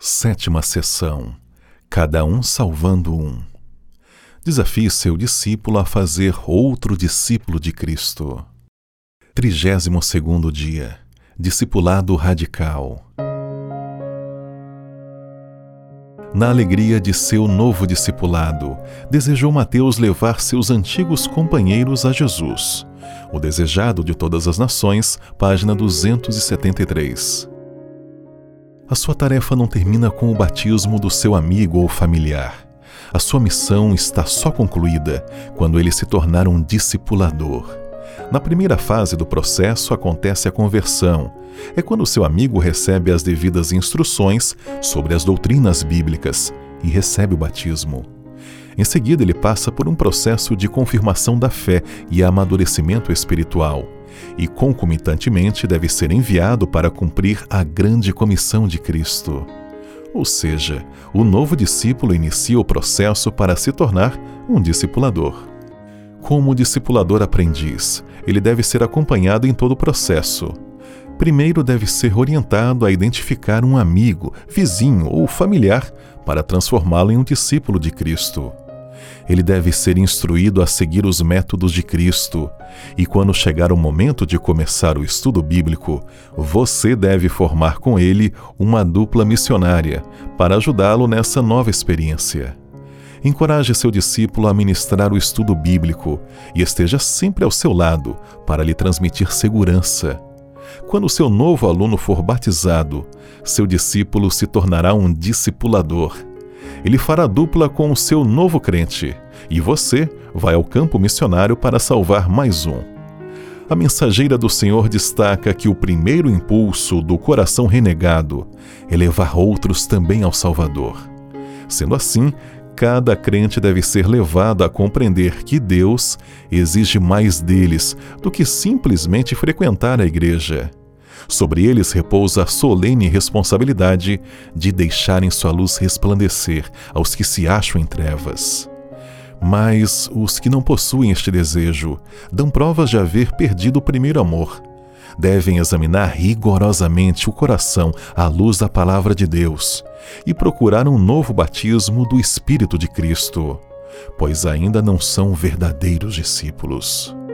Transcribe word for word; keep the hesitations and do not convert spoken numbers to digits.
Sétima sessão. Cada um salvando um. Desafie seu discípulo a fazer outro discípulo de Cristo. Trigésimo segundo dia. Discipulado radical. Na alegria de seu novo discipulado, desejou Mateus levar seus antigos companheiros a Jesus. O desejado de todas as nações, página duzentos e setenta e três. A sua tarefa não termina com o batismo do seu amigo ou familiar. A sua missão está só concluída quando ele se tornar um discipulador. Na primeira fase do processo acontece a conversão. É quando seu amigo recebe as devidas instruções sobre as doutrinas bíblicas e recebe o batismo. Em seguida, ele passa por um processo de confirmação da fé e amadurecimento espiritual, e concomitantemente deve ser enviado para cumprir a grande comissão de Cristo. Ou seja, o novo discípulo inicia o processo para se tornar um discipulador. Como discipulador aprendiz, ele deve ser acompanhado em todo o processo. Primeiro deve ser orientado a identificar um amigo, vizinho ou familiar para transformá-lo em um discípulo de Cristo. Ele deve ser instruído a seguir os métodos de Cristo, e quando chegar o momento de começar o estudo bíblico, você deve formar com ele uma dupla missionária para ajudá-lo nessa nova experiência. Encoraje seu discípulo a ministrar o estudo bíblico e esteja sempre ao seu lado para lhe transmitir segurança. Quando seu novo aluno for batizado, seu discípulo se tornará um discipulador. Ele fará dupla com o seu novo crente, e você vai ao campo missionário para salvar mais um. A mensageira do Senhor destaca que o primeiro impulso do coração renegado é levar outros também ao Salvador. Sendo assim, cada crente deve ser levado a compreender que Deus exige mais deles do que simplesmente frequentar a igreja. Sobre eles repousa a solene responsabilidade de deixarem sua luz resplandecer aos que se acham em trevas. Mas os que não possuem este desejo dão provas de haver perdido o primeiro amor. Devem examinar rigorosamente o coração à luz da palavra de Deus e procurar um novo batismo do Espírito de Cristo, pois ainda não são verdadeiros discípulos.